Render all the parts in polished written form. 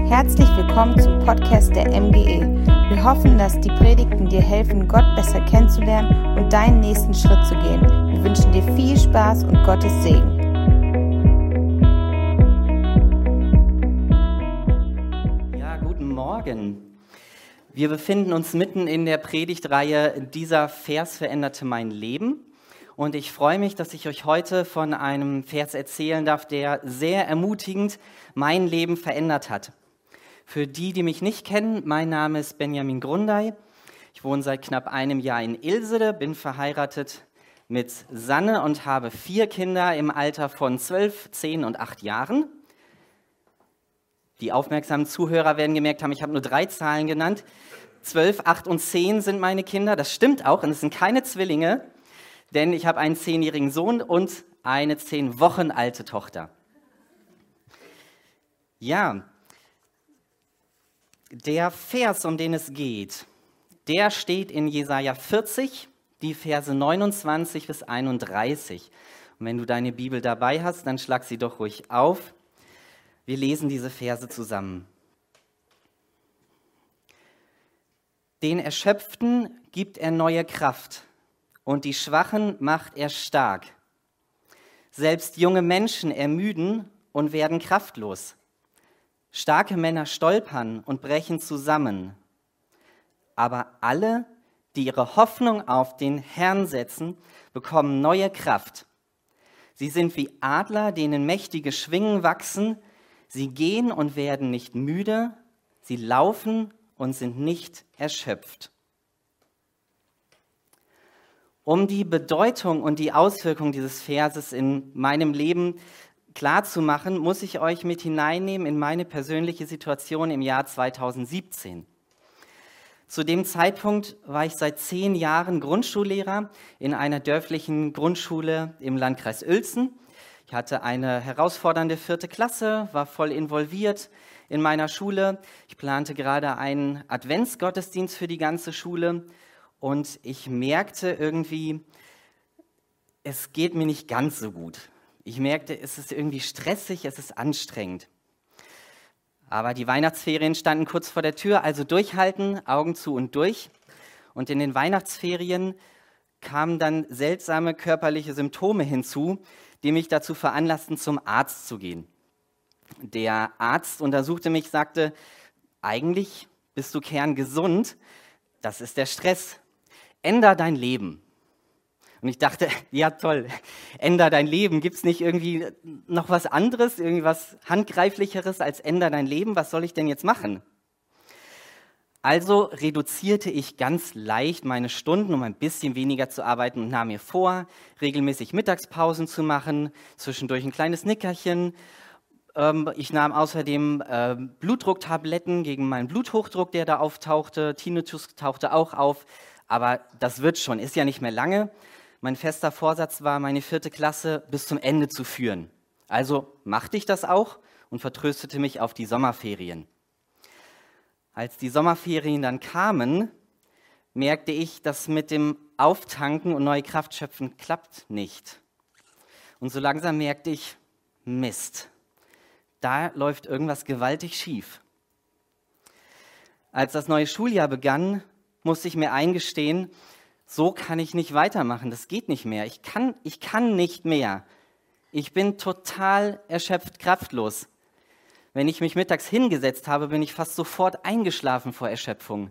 Herzlich willkommen zum Podcast der MGE. Wir hoffen, dass die Predigten dir helfen, Gott besser kennenzulernen und deinen nächsten Schritt zu gehen. Wir wünschen dir viel Spaß und Gottes Segen. Ja, guten Morgen. Wir befinden uns mitten in der Predigtreihe "Dieser Vers veränderte mein Leben". Und ich freue mich, dass ich euch heute von einem Vers erzählen darf, der sehr ermutigend mein Leben verändert hat. Für die, die mich nicht kennen, mein Name ist Benjamin Grundei. Ich wohne seit knapp einem Jahr in Ilsede, bin verheiratet mit Sanne und habe 4 Kinder im Alter von 12, 10 und 8 Jahren. Die aufmerksamen Zuhörer werden gemerkt haben, ich habe nur 3 Zahlen genannt. 12, 8 und 10 sind meine Kinder, das stimmt auch, und es sind keine Zwillinge, denn ich habe einen 10-jährigen Sohn und eine 10 Wochen alte Tochter. Ja, der Vers, um den es geht, der steht in Jesaja 40, die Verse 29 bis 31. Und wenn du deine Bibel dabei hast, dann schlag sie doch ruhig auf. Wir lesen diese Verse zusammen. Den Erschöpften gibt er neue Kraft und die Schwachen macht er stark. Selbst junge Menschen ermüden und werden kraftlos. Starke Männer stolpern und brechen zusammen. Aber alle, die ihre Hoffnung auf den Herrn setzen, bekommen neue Kraft. Sie sind wie Adler, denen mächtige Schwingen wachsen. Sie gehen und werden nicht müde. Sie laufen und sind nicht erschöpft. Um die Bedeutung und die Auswirkung dieses Verses in meinem Leben klar zu machen, muss ich euch mit hineinnehmen in meine persönliche Situation im Jahr 2017. Zu dem Zeitpunkt war ich seit 10 Jahren Grundschullehrer in einer dörflichen Grundschule im Landkreis Uelzen. Ich hatte eine herausfordernde 4. Klasse, war voll involviert in meiner Schule. Ich plante gerade einen Adventsgottesdienst für die ganze Schule. Und ich merkte irgendwie, es geht mir nicht ganz so gut. Ich merkte, es ist irgendwie stressig, es ist anstrengend. Aber die Weihnachtsferien standen kurz vor der Tür, also durchhalten, Augen zu und durch. Und in den Weihnachtsferien kamen dann seltsame körperliche Symptome hinzu, die mich dazu veranlassten, zum Arzt zu gehen. Der Arzt untersuchte mich, sagte, eigentlich bist du kerngesund, das ist der Stress. Änder dein Leben. Und ich dachte, ja toll, änder dein Leben. Gibt es nicht irgendwie noch was anderes, irgendwas Handgreiflicheres als änder dein Leben? Was soll ich denn jetzt machen? Also reduzierte ich ganz leicht meine Stunden, um ein bisschen weniger zu arbeiten und nahm mir vor, regelmäßig Mittagspausen zu machen, zwischendurch ein kleines Nickerchen. Ich nahm außerdem Blutdrucktabletten gegen meinen Bluthochdruck, der da auftauchte. Tinnitus tauchte auch auf. Aber das wird schon, ist ja nicht mehr lange. Mein fester Vorsatz war, meine 4. Klasse bis zum Ende zu führen. Also machte ich das auch und vertröstete mich auf die Sommerferien. Als die Sommerferien dann kamen, merkte ich, dass mit dem Auftanken und neue Kraft schöpfen klappt nicht. Und so langsam merkte ich, Mist, da läuft irgendwas gewaltig schief. Als das neue Schuljahr begann, musste ich mir eingestehen, so kann ich nicht weitermachen, das geht nicht mehr. Ich kann nicht mehr. Ich bin total erschöpft, kraftlos. Wenn ich mich mittags hingesetzt habe, bin ich fast sofort eingeschlafen vor Erschöpfung.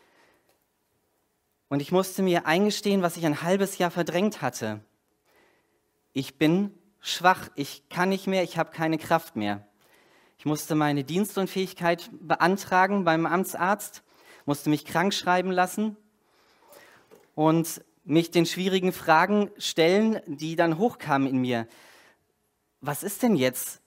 Und ich musste mir eingestehen, was ich ein halbes Jahr verdrängt hatte. Ich bin schwach, ich kann nicht mehr, ich habe keine Kraft mehr. Ich musste meine Dienstunfähigkeit beantragen beim Amtsarzt, musste mich krank schreiben lassen und mich den schwierigen Fragen stellen, die dann hochkamen in mir. Was ist denn jetzt?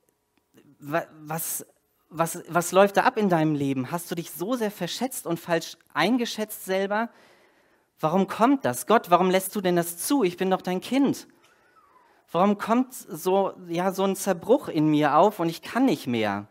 Was läuft da ab in deinem Leben? Hast du dich so sehr verschätzt und falsch eingeschätzt selber? Warum kommt das? Gott, warum lässt du denn das zu? Ich bin doch dein Kind. Warum kommt so ein Zerbruch in mir auf und ich kann nicht mehr?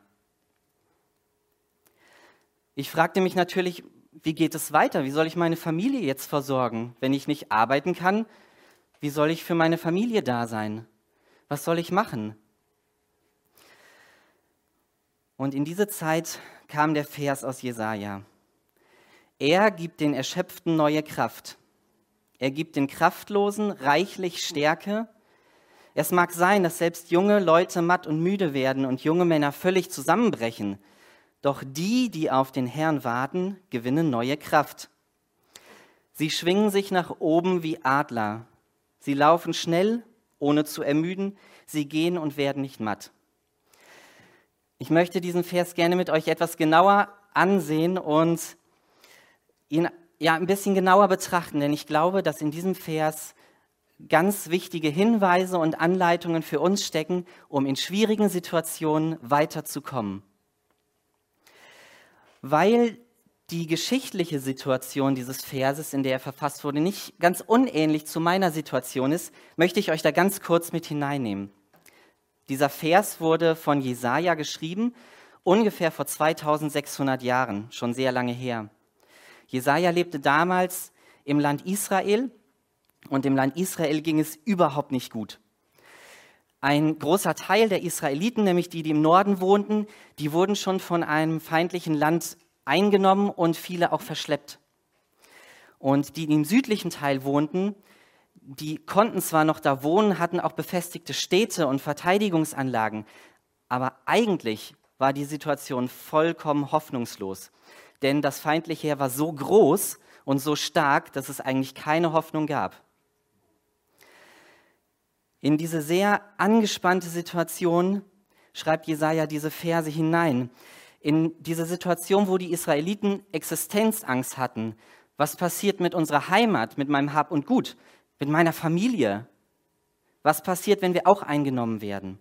Ich fragte mich natürlich, wie geht es weiter? Wie soll ich meine Familie jetzt versorgen? Wenn ich nicht arbeiten kann, wie soll ich für meine Familie da sein? Was soll ich machen? Und in diese Zeit kam der Vers aus Jesaja. Er gibt den Erschöpften neue Kraft. Er gibt den Kraftlosen reichlich Stärke. Es mag sein, dass selbst junge Leute matt und müde werden und junge Männer völlig zusammenbrechen. Doch die, die auf den Herrn warten, gewinnen neue Kraft. Sie schwingen sich nach oben wie Adler. Sie laufen schnell, ohne zu ermüden. Sie gehen und werden nicht matt. Ich möchte diesen Vers gerne mit euch etwas genauer ansehen und ihn ein bisschen genauer betrachten, denn ich glaube, dass in diesem Vers ganz wichtige Hinweise und Anleitungen für uns stecken, um in schwierigen Situationen weiterzukommen. Weil die geschichtliche Situation dieses Verses, in der er verfasst wurde, nicht ganz unähnlich zu meiner Situation ist, möchte ich euch da ganz kurz mit hineinnehmen. Dieser Vers wurde von Jesaja geschrieben, ungefähr vor 2600 Jahren, schon sehr lange her. Jesaja lebte damals im Land Israel und im Land Israel ging es überhaupt nicht gut. Ein großer Teil der Israeliten, nämlich die im Norden wohnten, die wurden schon von einem feindlichen Land eingenommen und viele auch verschleppt. Und die im südlichen Teil wohnten, die konnten zwar noch da wohnen, hatten auch befestigte Städte und Verteidigungsanlagen, aber eigentlich war die Situation vollkommen hoffnungslos. Denn das feindliche Heer war so groß und so stark, dass es eigentlich keine Hoffnung gab. In diese sehr angespannte Situation schreibt Jesaja diese Verse hinein. In diese Situation, wo die Israeliten Existenzangst hatten. Was passiert mit unserer Heimat, mit meinem Hab und Gut, mit meiner Familie? Was passiert, wenn wir auch eingenommen werden?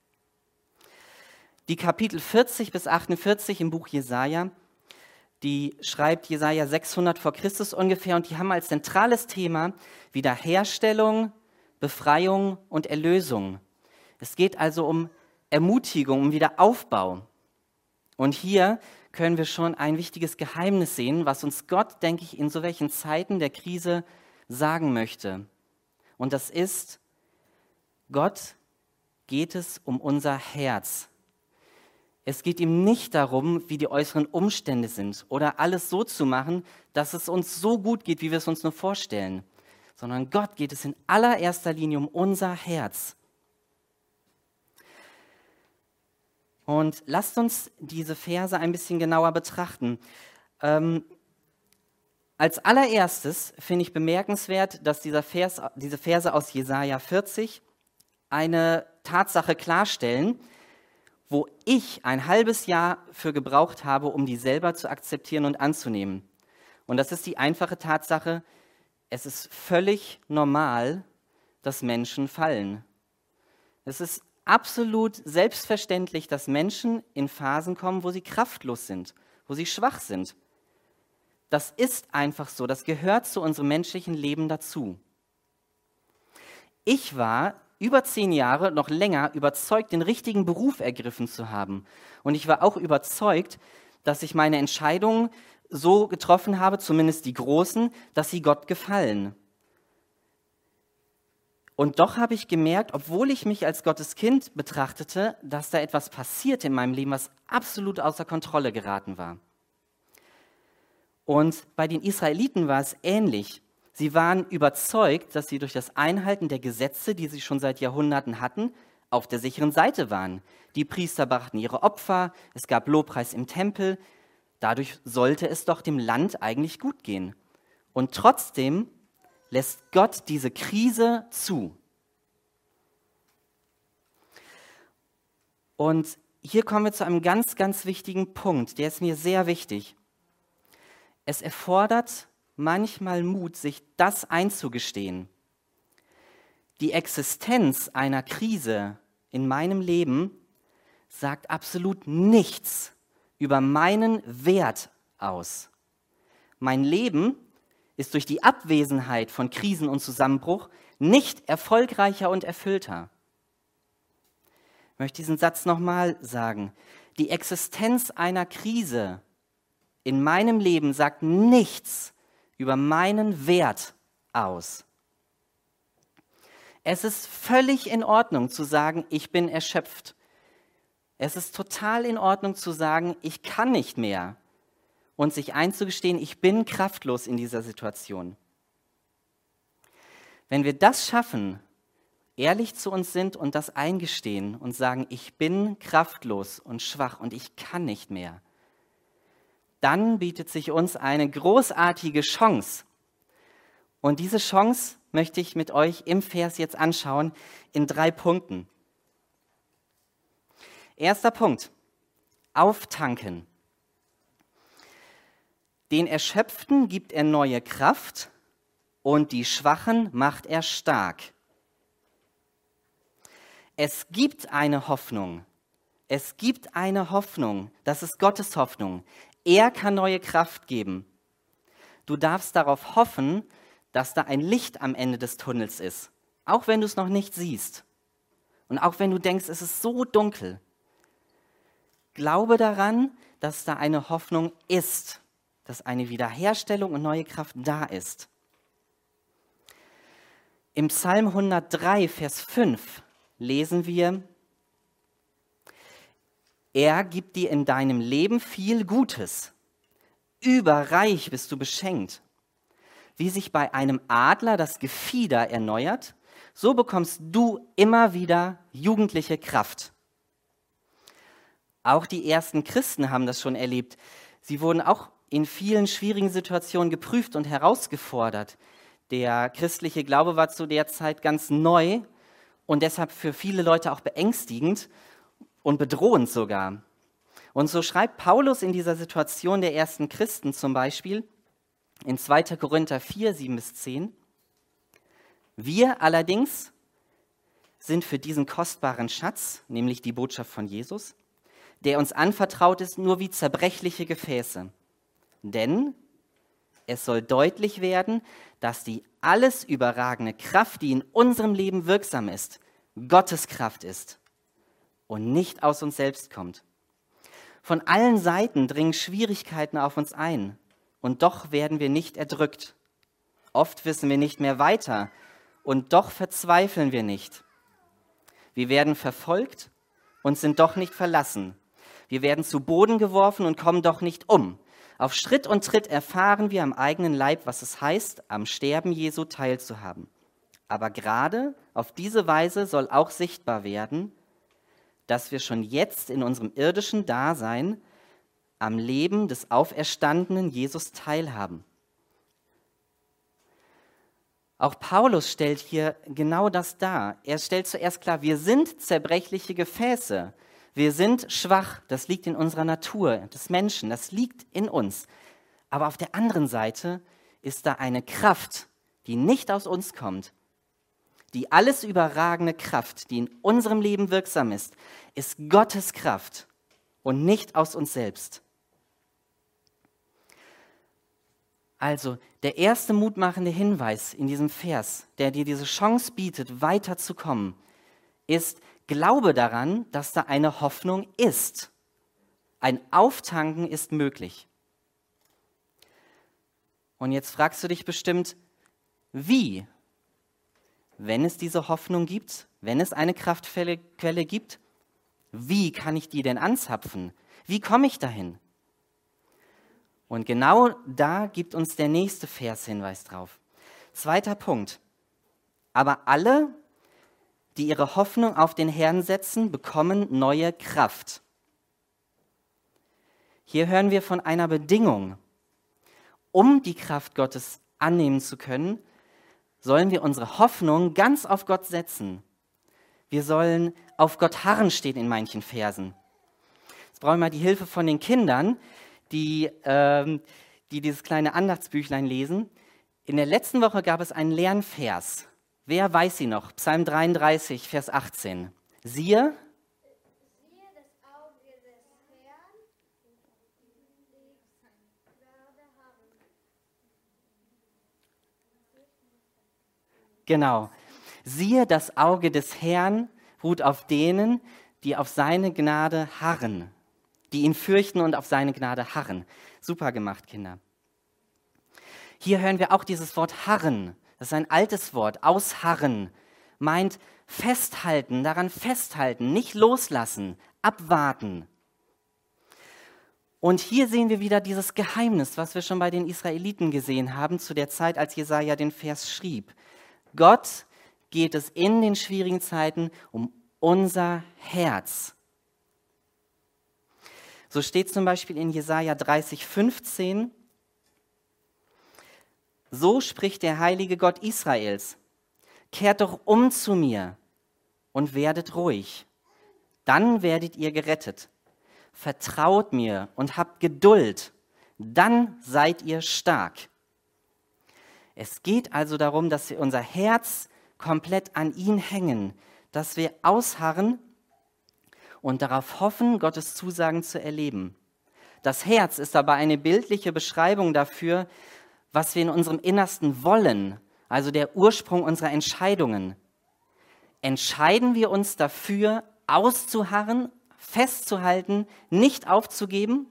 Die Kapitel 40 bis 48 im Buch Jesaja, die schreibt Jesaja 600 vor Christus ungefähr und die haben als zentrales Thema Wiederherstellung, Befreiung und Erlösung. Es geht also um Ermutigung, um Wiederaufbau. Und hier können wir schon ein wichtiges Geheimnis sehen, was uns Gott, denke ich, in so welchen Zeiten der Krise sagen möchte. Und das ist, Gott geht es um unser Herz. Es geht ihm nicht darum, wie die äußeren Umstände sind oder alles so zu machen, dass es uns so gut geht, wie wir es uns nur vorstellen, sondern Gott geht es in allererster Linie um unser Herz. Und lasst uns diese Verse ein bisschen genauer betrachten. Als allererstes finde ich bemerkenswert, dass diese Verse aus Jesaja 40 eine Tatsache klarstellen, wo ich ein halbes Jahr für gebraucht habe, um die selber zu akzeptieren und anzunehmen. Und das ist die einfache Tatsache, es ist völlig normal, dass Menschen fallen. Es ist absolut selbstverständlich, dass Menschen in Phasen kommen, wo sie kraftlos sind, wo sie schwach sind. Das ist einfach so, das gehört zu unserem menschlichen Leben dazu. Ich war über 10 Jahre, noch länger, überzeugt, den richtigen Beruf ergriffen zu haben. Und ich war auch überzeugt, dass ich meine Entscheidungen so getroffen habe, zumindest die großen, dass sie Gott gefallen. Und doch habe ich gemerkt, obwohl ich mich als Gottes Kind betrachtete, dass da etwas passierte in meinem Leben, was absolut außer Kontrolle geraten war. Und bei den Israeliten war es ähnlich. Sie waren überzeugt, dass sie durch das Einhalten der Gesetze, die sie schon seit Jahrhunderten hatten, auf der sicheren Seite waren. Die Priester brachten ihre Opfer, es gab Lobpreis im Tempel. Dadurch sollte es doch dem Land eigentlich gut gehen. Und trotzdem lässt Gott diese Krise zu. Und hier kommen wir zu einem ganz, ganz wichtigen Punkt, der ist mir sehr wichtig. Es erfordert manchmal Mut, sich das einzugestehen. Die Existenz einer Krise in meinem Leben sagt absolut nichts über meinen Wert aus. Mein Leben ist durch die Abwesenheit von Krisen und Zusammenbruch nicht erfolgreicher und erfüllter. Ich möchte diesen Satz nochmal sagen. Die Existenz einer Krise in meinem Leben sagt nichts über meinen Wert aus. Es ist völlig in Ordnung zu sagen, ich bin erschöpft. Es ist total in Ordnung zu sagen, ich kann nicht mehr und sich einzugestehen, ich bin kraftlos in dieser Situation. Wenn wir das schaffen, ehrlich zu uns sind und das eingestehen und sagen, ich bin kraftlos und schwach und ich kann nicht mehr, dann bietet sich uns eine großartige Chance. Und diese Chance möchte ich mit euch im Vers jetzt anschauen in 3 Punkten. Erster Punkt, auftanken. Den Erschöpften gibt er neue Kraft und die Schwachen macht er stark. Es gibt eine Hoffnung. Es gibt eine Hoffnung. Das ist Gottes Hoffnung. Er kann neue Kraft geben. Du darfst darauf hoffen, dass da ein Licht am Ende des Tunnels ist, auch wenn du es noch nicht siehst und auch wenn du denkst, es ist so dunkel. Glaube daran, dass da eine Hoffnung ist, dass eine Wiederherstellung und neue Kraft da ist. Im Psalm 103, Vers 5 lesen wir, er gibt dir in deinem Leben viel Gutes. Überreich bist du beschenkt. Wie sich bei einem Adler das Gefieder erneuert, so bekommst du immer wieder jugendliche Kraft. Auch die ersten Christen haben das schon erlebt. Sie wurden auch in vielen schwierigen Situationen geprüft und herausgefordert. Der christliche Glaube war zu der Zeit ganz neu und deshalb für viele Leute auch beängstigend und bedrohend sogar. Und so schreibt Paulus in dieser Situation der ersten Christen zum Beispiel in 2. Korinther 4, 7-10, wir allerdings sind für diesen kostbaren Schatz, nämlich die Botschaft von Jesus, der uns anvertraut ist, nur wie zerbrechliche Gefäße. Denn es soll deutlich werden, dass die alles überragende Kraft, die in unserem Leben wirksam ist, Gottes Kraft ist und nicht aus uns selbst kommt. Von allen Seiten dringen Schwierigkeiten auf uns ein und doch werden wir nicht erdrückt. Oft wissen wir nicht mehr weiter und doch verzweifeln wir nicht. Wir werden verfolgt und sind doch nicht verlassen. Wir werden zu Boden geworfen und kommen doch nicht um. Auf Schritt und Tritt erfahren wir am eigenen Leib, was es heißt, am Sterben Jesu teilzuhaben. Aber gerade auf diese Weise soll auch sichtbar werden, dass wir schon jetzt in unserem irdischen Dasein am Leben des auferstandenen Jesus teilhaben. Auch Paulus stellt hier genau das dar. Er stellt zuerst klar, wir sind zerbrechliche Gefäße. Wir sind schwach, das liegt in unserer Natur des Menschen, das liegt in uns. Aber auf der anderen Seite ist da eine Kraft, die nicht aus uns kommt. Die alles überragende Kraft, die in unserem Leben wirksam ist Gottes Kraft und nicht aus uns selbst. Also der erste mutmachende Hinweis in diesem Vers, der dir diese Chance bietet, weiterzukommen, ist, glaube daran, dass da eine Hoffnung ist. Ein Auftanken ist möglich. Und jetzt fragst du dich bestimmt, wie? Wenn es diese Hoffnung gibt, wenn es eine Kraftquelle gibt, wie kann ich die denn anzapfen? Wie komme ich dahin? Und genau da gibt uns der nächste Vers Hinweis drauf. 2. Punkt. Aber alle, die ihre Hoffnung auf den Herrn setzen, bekommen neue Kraft. Hier hören wir von einer Bedingung. Um die Kraft Gottes annehmen zu können, sollen wir unsere Hoffnung ganz auf Gott setzen. Wir sollen auf Gott harren, steht in manchen Versen. Jetzt brauchen wir mal die Hilfe von den Kindern, die dieses kleine Andachtsbüchlein lesen. In der letzten Woche gab es einen Lernvers. Wer weiß sie noch? Psalm 33, Vers 18. Siehe das Auge des Herrn werde haben. Genau. Siehe, das Auge des Herrn ruht auf denen, die auf seine Gnade harren, die ihn fürchten und auf seine Gnade harren. Super gemacht, Kinder. Hier hören wir auch dieses Wort harren. Das ist ein altes Wort. Ausharren meint festhalten, daran festhalten, nicht loslassen, abwarten. Und hier sehen wir wieder dieses Geheimnis, was wir schon bei den Israeliten gesehen haben, zu der Zeit, als Jesaja den Vers schrieb. Gott geht es in den schwierigen Zeiten um unser Herz. So steht zum Beispiel in Jesaja 30,15: So spricht der heilige Gott Israels: Kehrt doch um zu mir und werdet ruhig. Dann werdet ihr gerettet. Vertraut mir und habt Geduld. Dann seid ihr stark. Es geht also darum, dass wir unser Herz komplett an ihn hängen, dass wir ausharren und darauf hoffen, Gottes Zusagen zu erleben. Das Herz ist aber eine bildliche Beschreibung dafür, was wir in unserem Innersten wollen, also der Ursprung unserer Entscheidungen. Entscheiden wir uns dafür, auszuharren, festzuhalten, nicht aufzugeben?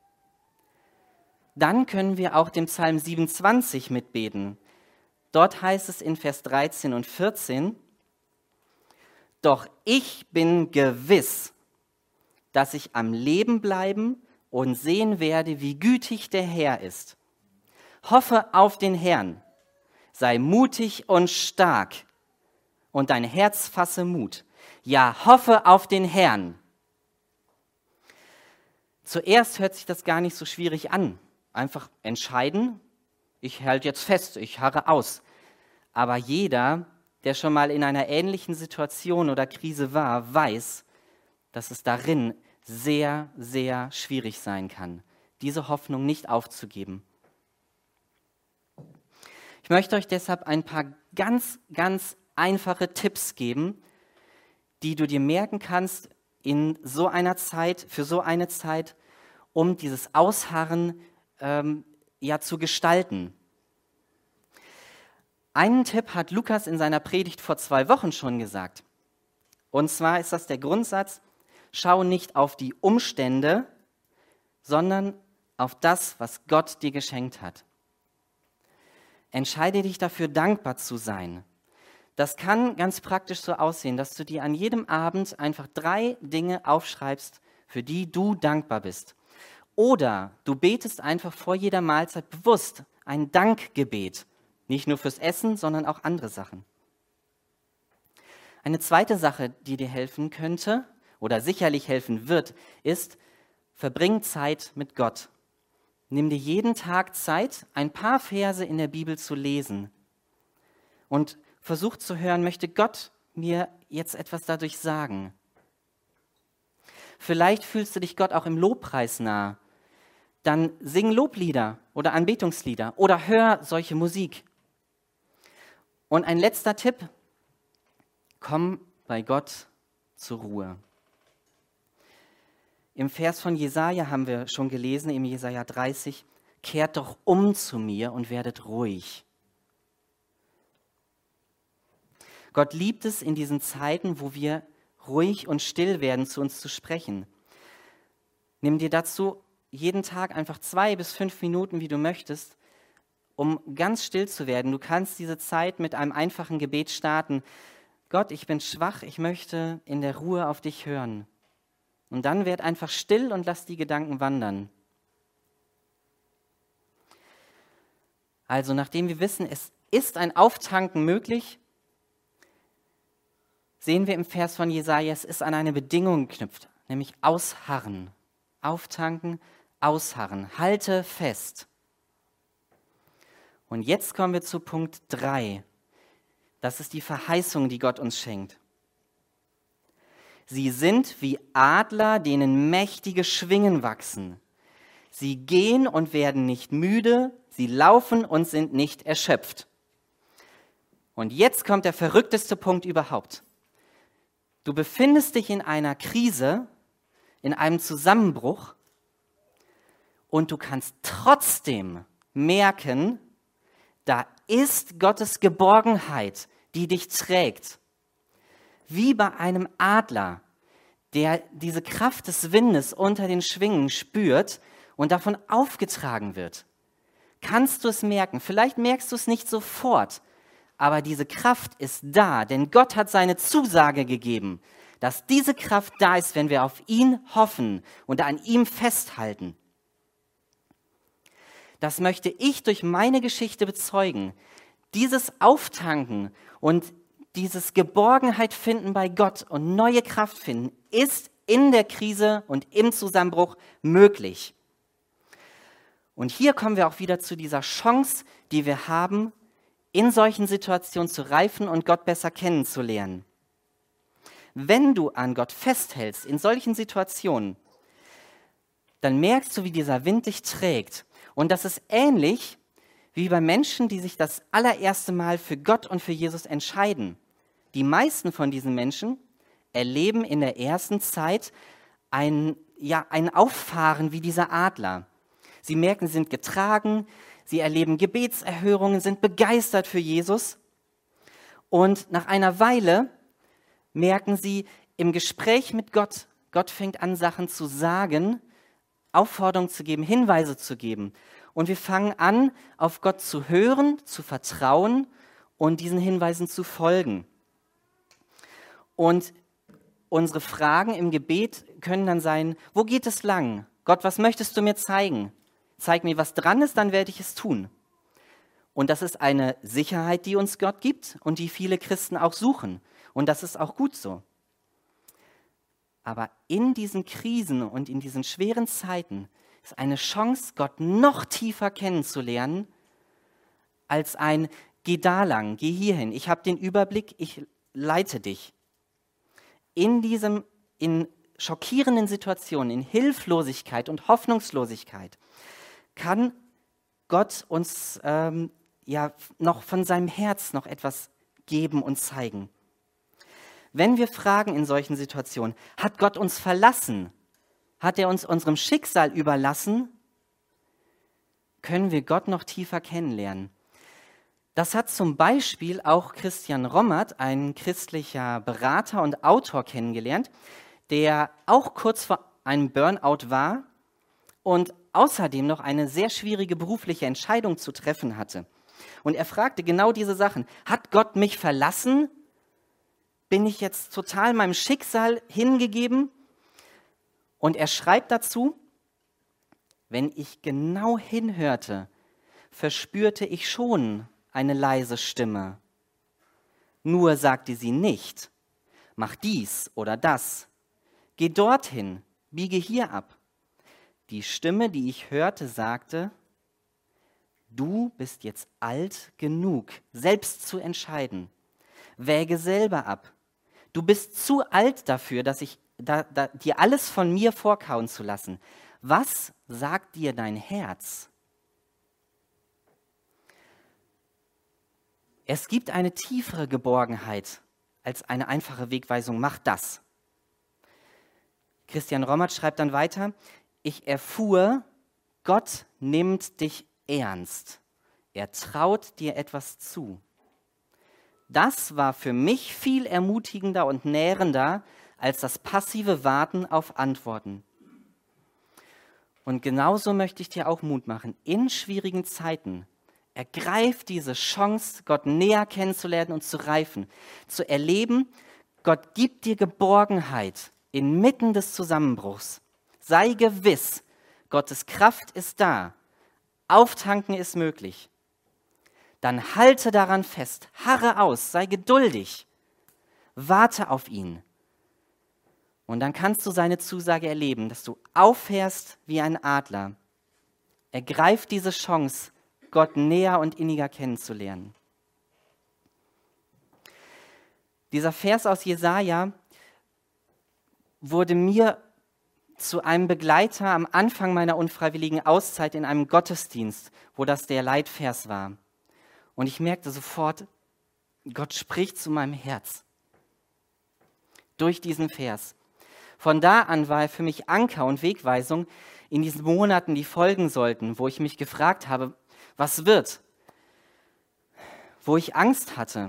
Dann können wir auch den Psalm 27 mitbeten. Dort heißt es in Vers 13 und 14: Doch ich bin gewiss, dass ich am Leben bleiben und sehen werde, wie gütig der Herr ist. Hoffe auf den Herrn, sei mutig und stark und dein Herz fasse Mut. Ja, hoffe auf den Herrn. Zuerst hört sich das gar nicht so schwierig an. Einfach entscheiden, ich halte jetzt fest, ich harre aus. Aber jeder, der schon mal in einer ähnlichen Situation oder Krise war, weiß, dass es darin sehr, sehr schwierig sein kann, diese Hoffnung nicht aufzugeben. Ich möchte euch deshalb ein paar ganz, ganz einfache Tipps geben, die du dir merken kannst in so einer Zeit, für so eine Zeit, um dieses Ausharren zu gestalten. Einen Tipp hat Lukas in seiner Predigt vor 2 Wochen schon gesagt. Und zwar ist das der Grundsatz: Schau nicht auf die Umstände, sondern auf das, was Gott dir geschenkt hat. Entscheide dich dafür, dankbar zu sein. Das kann ganz praktisch so aussehen, dass du dir an jedem Abend einfach 3 Dinge aufschreibst, für die du dankbar bist. Oder du betest einfach vor jeder Mahlzeit bewusst ein Dankgebet. Nicht nur fürs Essen, sondern auch andere Sachen. Eine zweite Sache, die dir helfen könnte oder sicherlich helfen wird, ist: Verbring Zeit mit Gott. Nimm dir jeden Tag Zeit, ein paar Verse in der Bibel zu lesen. Und versuch zu hören, möchte Gott mir jetzt etwas dadurch sagen? Vielleicht fühlst du dich Gott auch im Lobpreis nah. Dann sing Loblieder oder Anbetungslieder oder hör solche Musik. Und ein letzter Tipp: Komm bei Gott zur Ruhe. Im Vers von Jesaja haben wir schon gelesen, im Jesaja 30: Kehrt doch um zu mir und werdet ruhig. Gott liebt es, in diesen Zeiten, wo wir ruhig und still werden, zu uns zu sprechen. Nimm dir dazu jeden Tag einfach 2 bis 5 Minuten, wie du möchtest, um ganz still zu werden. Du kannst diese Zeit mit einem einfachen Gebet starten. Gott, ich bin schwach, ich möchte in der Ruhe auf dich hören. Und dann werd einfach still und lass die Gedanken wandern. Also nachdem wir wissen, es ist ein Auftanken möglich, sehen wir im Vers von Jesaja, es ist an eine Bedingung geknüpft, nämlich ausharren. Auftanken, ausharren. Halte fest. Und jetzt kommen wir zu Punkt 3. Das ist die Verheißung, die Gott uns schenkt. Sie sind wie Adler, denen mächtige Schwingen wachsen. Sie gehen und werden nicht müde, sie laufen und sind nicht erschöpft. Und jetzt kommt der verrückteste Punkt überhaupt. Du befindest dich in einer Krise, in einem Zusammenbruch, und du kannst trotzdem merken, da ist Gottes Geborgenheit, die dich trägt. Wie bei einem Adler, der diese Kraft des Windes unter den Schwingen spürt und davon aufgetragen wird. Kannst du es merken? Vielleicht merkst du es nicht sofort, aber diese Kraft ist da, denn Gott hat seine Zusage gegeben. dass diese Kraft da ist, wenn wir auf ihn hoffen und an ihm festhalten. Das möchte ich durch meine Geschichte bezeugen. Dieses Auftanken und dieses Geborgenheit finden bei Gott und neue Kraft finden, ist in der Krise und im Zusammenbruch möglich. Und hier kommen wir auch wieder zu dieser Chance, die wir haben, in solchen Situationen zu reifen und Gott besser kennenzulernen. Wenn du an Gott festhältst in solchen Situationen, dann merkst du, wie dieser Wind dich trägt. Und das ist ähnlich wie bei Menschen, die sich das allererste Mal für Gott und für Jesus entscheiden. Die meisten von diesen Menschen erleben in der ersten Zeit ein Auffahren wie dieser Adler. Sie merken, sie sind getragen, sie erleben Gebetserhörungen, sind begeistert für Jesus. Und nach einer Weile merken sie im Gespräch mit Gott, Gott fängt an, Sachen zu sagen, Aufforderungen zu geben, Hinweise zu geben. Und wir fangen an, auf Gott zu hören, zu vertrauen und diesen Hinweisen zu folgen. Und unsere Fragen im Gebet können dann sein, wo geht es lang? Gott, was möchtest du mir zeigen? Zeig mir, was dran ist, dann werde ich es tun. Und das ist eine Sicherheit, die uns Gott gibt und die viele Christen auch suchen. Und das ist auch gut so. Aber in diesen Krisen und in diesen schweren Zeiten ist eine Chance, Gott noch tiefer kennenzulernen, als ein geh da lang, geh hierhin, ich habe den Überblick, ich leite dich. In schockierenden Situationen, in Hilflosigkeit und Hoffnungslosigkeit, kann Gott uns noch von seinem Herz noch etwas geben und zeigen. Wenn wir fragen in solchen Situationen, hat Gott uns verlassen? Hat er uns unserem Schicksal überlassen? Können wir Gott noch tiefer kennenlernen? Das hat zum Beispiel auch Christian Rommert, ein christlicher Berater und Autor, kennengelernt, der auch kurz vor einem Burnout war und außerdem noch eine sehr schwierige berufliche Entscheidung zu treffen hatte. Und er fragte genau diese Sachen. Hat Gott mich verlassen? Bin ich jetzt total meinem Schicksal hingegeben? Und er schreibt dazu, wenn ich genau hinhörte, verspürte ich schon eine leise Stimme. Nur sagte sie nicht, mach dies oder das, geh dorthin, biege hier ab. Die Stimme, die ich hörte, sagte, du bist jetzt alt genug, selbst zu entscheiden. Wäge selber ab. Du bist zu alt dafür, dir alles von mir vorkauen zu lassen. Was sagt dir dein Herz? Es gibt eine tiefere Geborgenheit als eine einfache Wegweisung, mach das. Christian Rommert schreibt dann weiter, ich erfuhr, Gott nimmt dich ernst. Er traut dir etwas zu. Das war für mich viel ermutigender und nährender als das passive Warten auf Antworten. Und genauso möchte ich dir auch Mut machen. In schwierigen Zeiten ergreif diese Chance, Gott näher kennenzulernen und zu reifen, zu erleben, Gott gibt dir Geborgenheit inmitten des Zusammenbruchs. Sei gewiss, Gottes Kraft ist da. Auftanken ist möglich. Dann halte daran fest, harre aus, sei geduldig, warte auf ihn. Und dann kannst du seine Zusage erleben, dass du auffährst wie ein Adler. Ergreif diese Chance, Gott näher und inniger kennenzulernen. Dieser Vers aus Jesaja wurde mir zu einem Begleiter am Anfang meiner unfreiwilligen Auszeit in einem Gottesdienst, wo das der Leitvers war. Und ich merkte sofort, Gott spricht zu meinem Herz durch diesen Vers. Von da an war er für mich Anker und Wegweisung in diesen Monaten, die folgen sollten, wo ich mich gefragt habe, was wird? Wo ich Angst hatte.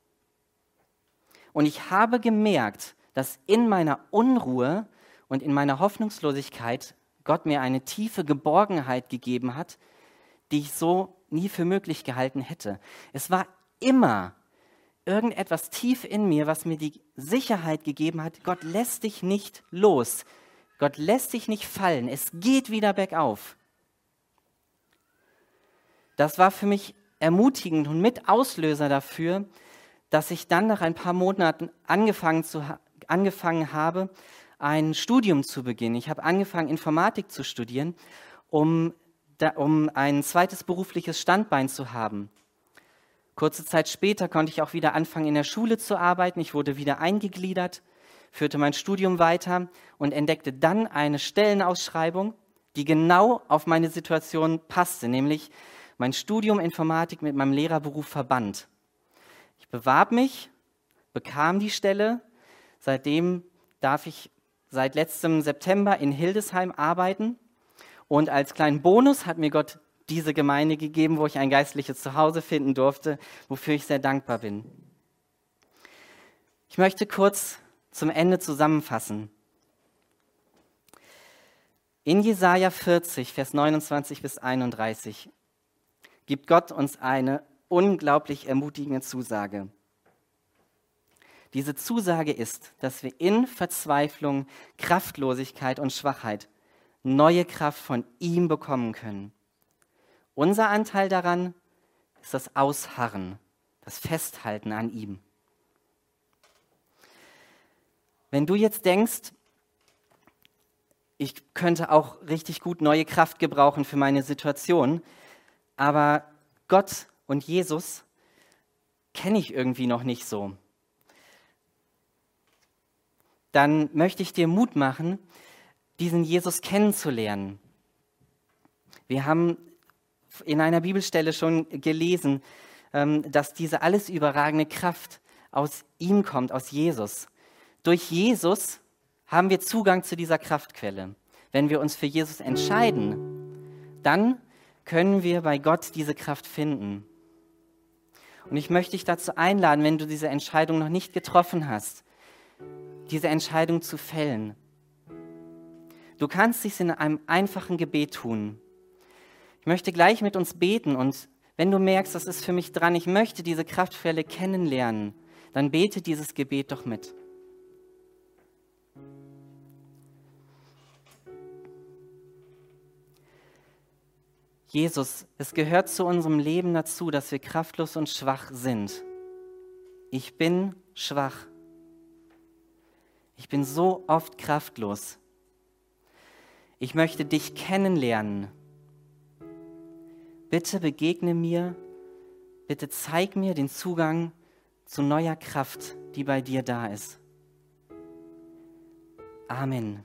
Und ich habe gemerkt, dass in meiner Unruhe und in meiner Hoffnungslosigkeit Gott mir eine tiefe Geborgenheit gegeben hat, die ich so nie für möglich gehalten hätte. Es war immer irgendetwas tief in mir, was mir die Sicherheit gegeben hat, Gott lässt dich nicht los. Gott lässt dich nicht fallen. Es geht wieder bergauf. Das war für mich ermutigend und mit Auslöser dafür, dass ich dann nach ein paar Monaten angefangen habe, ein Studium zu beginnen. Ich habe angefangen, Informatik zu studieren, um ein zweites berufliches Standbein zu haben. Kurze Zeit später konnte ich auch wieder anfangen, in der Schule zu arbeiten. Ich wurde wieder eingegliedert, führte mein Studium weiter und entdeckte dann eine Stellenausschreibung, die genau auf meine Situation passte, nämlich mein Studium Informatik mit meinem Lehrerberuf verband. Ich bewarb mich, bekam die Stelle. Seitdem darf ich seit letztem September in Hildesheim arbeiten. Und als kleinen Bonus hat mir Gott diese Gemeinde gegeben, wo ich ein geistliches Zuhause finden durfte, wofür ich sehr dankbar bin. Ich möchte kurz zum Ende zusammenfassen. In Jesaja 40, Vers 29 bis 31 gibt Gott uns eine unglaublich ermutigende Zusage. Diese Zusage ist, dass wir in Verzweiflung, Kraftlosigkeit und Schwachheit neue Kraft von ihm bekommen können. Unser Anteil daran ist das Ausharren, das Festhalten an ihm. Wenn du jetzt denkst, ich könnte auch richtig gut neue Kraft gebrauchen für meine Situation, aber Gott und Jesus kenne ich irgendwie noch nicht so, dann möchte ich dir Mut machen, diesen Jesus kennenzulernen. Wir haben in einer Bibelstelle schon gelesen, dass diese alles überragende Kraft aus ihm kommt, aus Jesus. Durch Jesus haben wir Zugang zu dieser Kraftquelle. Wenn wir uns für Jesus entscheiden, dann können wir bei Gott diese Kraft finden. Und ich möchte dich dazu einladen, wenn du diese Entscheidung noch nicht getroffen hast, diese Entscheidung zu fällen. Du kannst dies in einem einfachen Gebet tun. Ich möchte gleich mit uns beten und wenn du merkst, das ist für mich dran, ich möchte diese Kraftquelle kennenlernen, dann bete dieses Gebet doch mit. Jesus, es gehört zu unserem Leben dazu, dass wir kraftlos und schwach sind. Ich bin schwach. Ich bin so oft kraftlos. Ich möchte dich kennenlernen. Bitte begegne mir, bitte zeig mir den Zugang zu neuer Kraft, die bei dir da ist. Amen.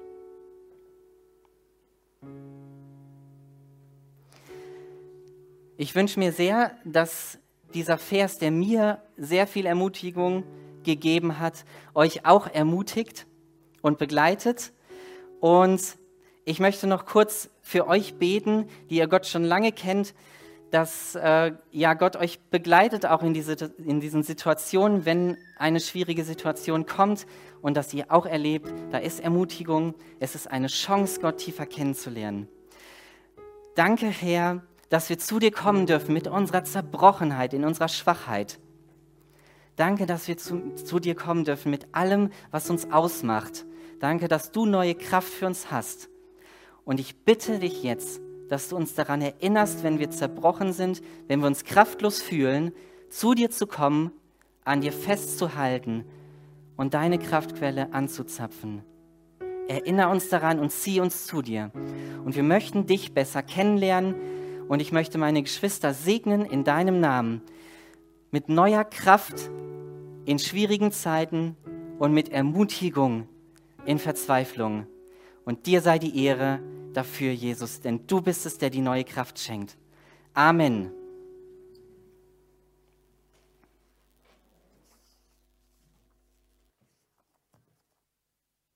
Ich wünsche mir sehr, dass dieser Vers, der mir sehr viel Ermutigung gegeben hat, euch auch ermutigt und begleitet. Und ich möchte noch kurz für euch beten, die ihr Gott schon lange kennt, dass Gott euch begleitet auch in diesen Situationen, wenn eine schwierige Situation kommt und dass ihr auch erlebt, da ist Ermutigung, es ist eine Chance, Gott tiefer kennenzulernen. Danke, Herr, dass wir zu dir kommen dürfen mit unserer Zerbrochenheit, in unserer Schwachheit. Danke, dass wir zu dir kommen dürfen mit allem, was uns ausmacht. Danke, dass du neue Kraft für uns hast. Und ich bitte dich jetzt, dass du uns daran erinnerst, wenn wir zerbrochen sind, wenn wir uns kraftlos fühlen, zu dir zu kommen, an dir festzuhalten und deine Kraftquelle anzuzapfen. Erinnere uns daran und zieh uns zu dir. Und wir möchten dich besser kennenlernen und ich möchte meine Geschwister segnen in deinem Namen mit neuer Kraft in schwierigen Zeiten und mit Ermutigung in Verzweiflung. Und dir sei die Ehre dafür, Jesus, denn du bist es, der die neue Kraft schenkt. Amen.